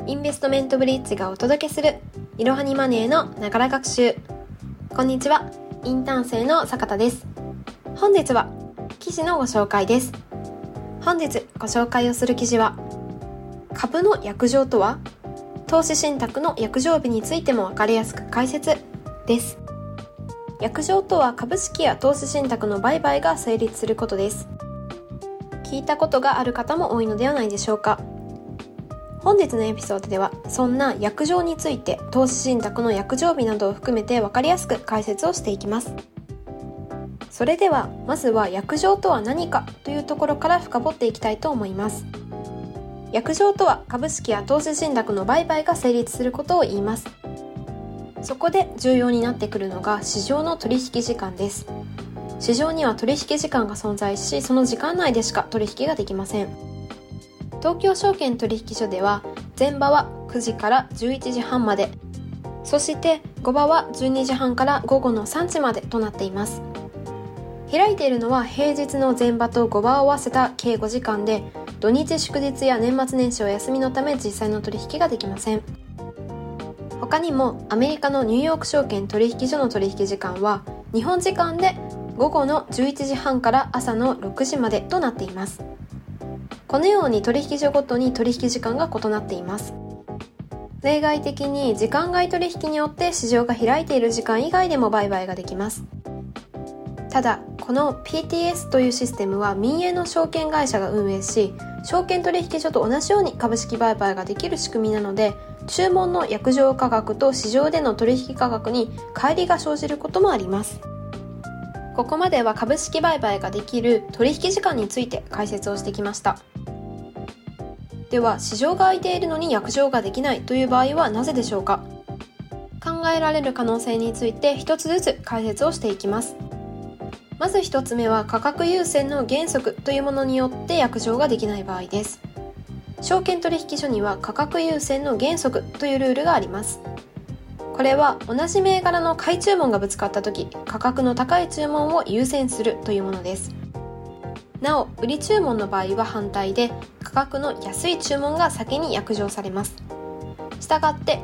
インベストメントブリッジがお届けするいろはにマネーのながら学習。こんにちは、インターン生の坂田です。本日は記事のご紹介です。本日ご紹介をする記事は、株の約定とは、投資信託の約定日についても分かりやすく解説です。約定とは株式や投資信託の売買が成立することです。聞いたことがある方も多いのではないでしょうか。本日のエピソードでは、そんな約定について投資信託の約定日などを含めて分かりやすく解説をしていきます。それではまずは約定とは何かというところから深掘っていきたいと思います。約定とは株式や投資信託の売買が成立することを言います。そこで重要になってくるのが市場の取引時間です。市場には取引時間が存在し、その時間内でしか取引ができません。東京証券取引所では前場は9時から11時半まで、そして後場は12時半から午後の3時までとなっています。開いているのは平日の前場と後場を合わせた計5時間で、土日祝日や年末年始お休みのため実際の取引ができません。他にもアメリカのニューヨーク証券取引所の取引時間は日本時間で午後の11時半から朝の6時までとなっています。このように取引所ごとに取引時間が異なっています。例外的に時間外取引によって市場が開いている時間以外でも売買ができます。ただ、この PTS というシステムは民営の証券会社が運営し、証券取引所と同じように株式売買ができる仕組みなので、注文の約定価格と市場での取引価格に乖離が生じることもあります。ここまでは株式売買ができる取引時間について解説をしてきました。では、市場が空いているのに約定ができないという場合はなぜでしょうか。考えられる可能性について一つずつ解説をしていきます。まず一つ目は価格優先の原則というものによって約定ができない場合です。証券取引所には価格優先の原則というルールがあります。これは同じ銘柄の買い注文がぶつかった時、価格の高い注文を優先するというものです。なお、売り注文の場合は反対で、価格の安い注文が先に約定されます。したがって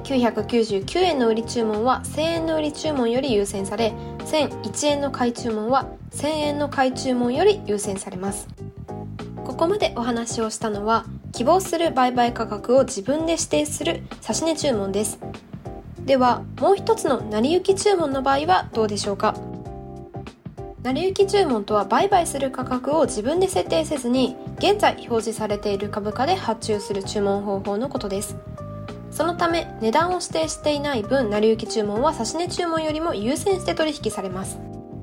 999円の売り注文は1000円の売り注文より優先され、1001円の買い注文は1000円の買い注文より優先されます。ここまでお話をしたのは、希望する売買価格を自分で指定する指値注文です。では、もう一つの成り行き注文の場合はどうでしょうか。成り行き注文とは、売買する価格を自分で設定せずに現在表示されている株価で発注する注文方法のことです。そのため、値段を指定していない分、成り行き注文は指値注文よりも優先して取引されます。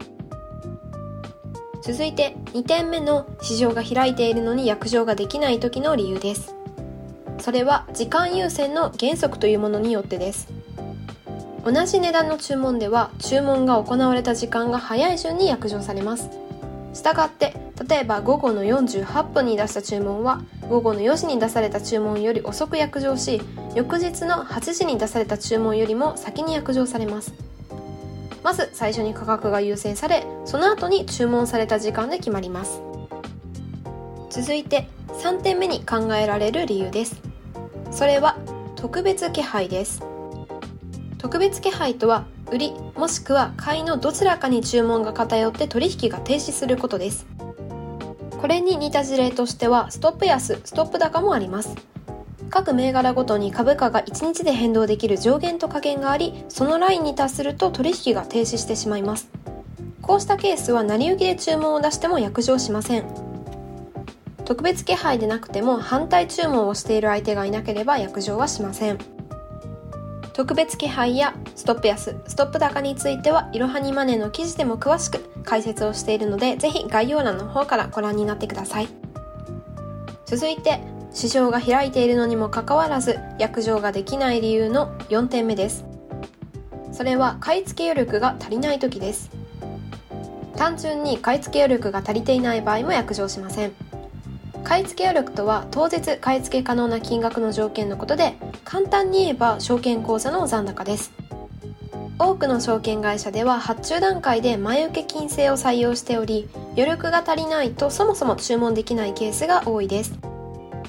続いて2点目の市場が開いているのに約定ができない時の理由です。それは時間優先の原則というものによってです。同じ値段の注文では、注文が行われた時間が早い順に約定されます。したがって、例えば午後の48分に出した注文は午後の4時に出された注文より遅く約定し、翌日の8時に出された注文よりも先に約定されます。まず最初に価格が優先され、その後に注文された時間で決まります。続いて3点目に考えられる理由です。それは特別気配です。特別気配とは、売りもしくは買いのどちらかに注文が偏って取引が停止することです。これに似た事例としては、ストップ安、ストップ高もあります。各銘柄ごとに株価が1日で変動できる上限と下限があり、そのラインに達すると取引が停止してしまいます。こうしたケースは成り行きで注文を出しても約定しません。特別気配でなくても反対注文をしている相手がいなければ約定はしません。特別気配やストップ安、ストップ高については、いろはにマネーの記事でも詳しく解説をしているので、ぜひ概要欄の方からご覧になってください。続いて、市場が開いているのにもかかわらず約定ができない理由の4点目です。それは買い付け余力が足りない時です。単純に買い付け余力が足りていない場合も約定しません。買い付け余力とは、当日買い付け可能な金額の条件のことで、簡単に言えば証券口座の残高です。多くの証券会社では発注段階で前受け金制を採用しており、余力が足りないとそもそも注文できないケースが多いです。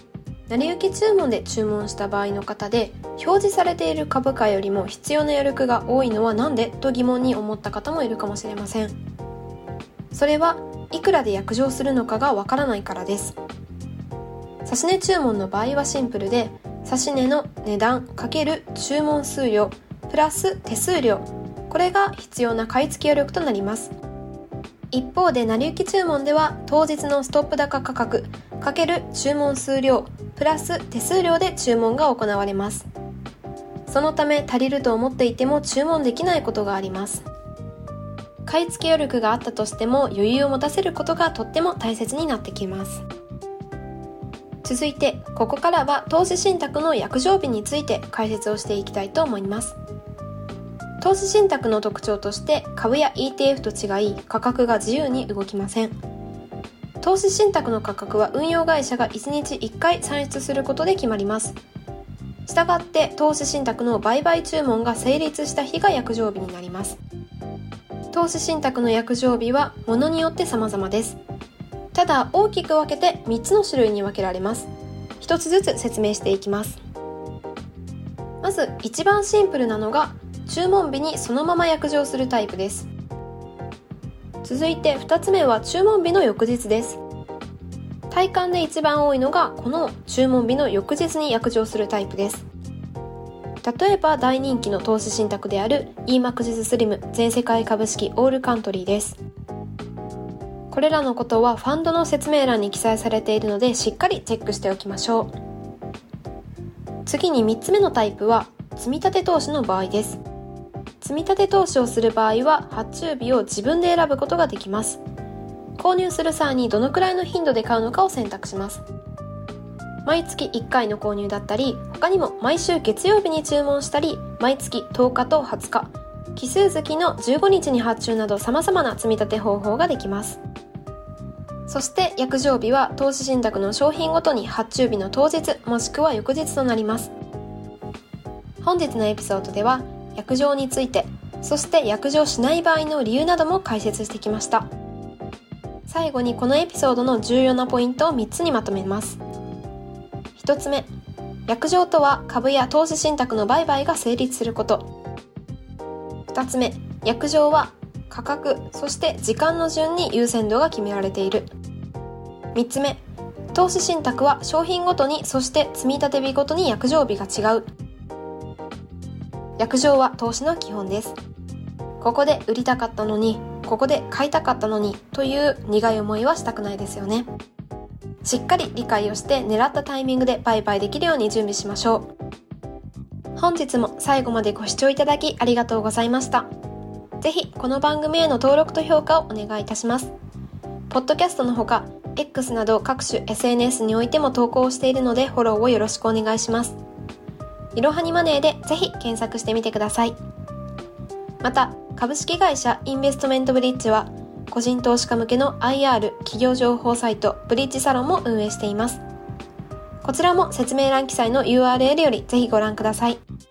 成り行き注文で注文した場合の方で、表示されている株価よりも必要な余力が多いのはなんでと疑問に思った方もいるかもしれません。それはいくらで約定するのかがわからないからです。指値注文の場合はシンプルで、指値の値段×注文数量プラス手数料、これが必要な買い付け余力となります。一方で成り行き注文では当日のストップ高価格×注文数量プラス手数料で注文が行われます。そのため足りると思っていても注文できないことがあります。買い付け余力があったとしても余裕を持たせることがとっても大切になってきます。続いてここからは投資信託の約定日について解説をしていきたいと思います。投資信託の特徴として株や ETF と違い価格が自由に動きません。投資信託の価格は運用会社が1日1回算出することで決まります。したがって投資信託の売買注文が成立した日が約定日になります。投資信託の約定日は物によって様々です。ただ大きく分けて3つの種類に分けられます。一つずつ説明していきます。まず一番シンプルなのが注文日にそのまま約定するタイプです。続いて2つ目は注文日の翌日です。体感で一番多いのがこの注文日の翌日に約定するタイプです。例えば大人気の投資信託である EMAXIS SLIM 全世界株式オールカントリーです。これらのことはファンドの説明欄に記載されているのでしっかりチェックしておきましょう。次に3つ目のタイプは積立投資の場合です。積立投資をする場合は発注日を自分で選ぶことができます。購入する際にどのくらいの頻度で買うのかを選択します。毎月1回の購入だったり、他にも毎週月曜日に注文したり、毎月10日と20日、奇数月の15日に発注など様々な積み立て方法ができます。そして約定日は投資信託の商品ごとに発注日の当日もしくは翌日となります。本日のエピソードでは約定について、そして約定しない場合の理由なども解説してきました。最後にこのエピソードの重要なポイントを3つにまとめます。1つ目、約定とは株や投資信託の売買が成立すること。2つ目、約定は価格、そして時間の順に優先度が決められている。3つ目、投資信託は商品ごとに、そして積立日ごとに約定日が違う。約定は投資の基本です。ここで売りたかったのに、ここで買いたかったのにという苦い思いはしたくないですよね。しっかり理解をして狙ったタイミングで売買できるように準備しましょう。本日も最後までご視聴いただきありがとうございました。ぜひこの番組への登録と評価をお願いいたします。ポッドキャストのほか X など各種 SNS においても投稿しているのでフォローをよろしくお願いします。いろはにマネーでぜひ検索してみてください。また株式会社インベストメントブリッジは個人投資家向けの IR 企業情報サイトブリッジサロンも運営しています。こちらも説明欄記載の URL よりぜひご覧ください。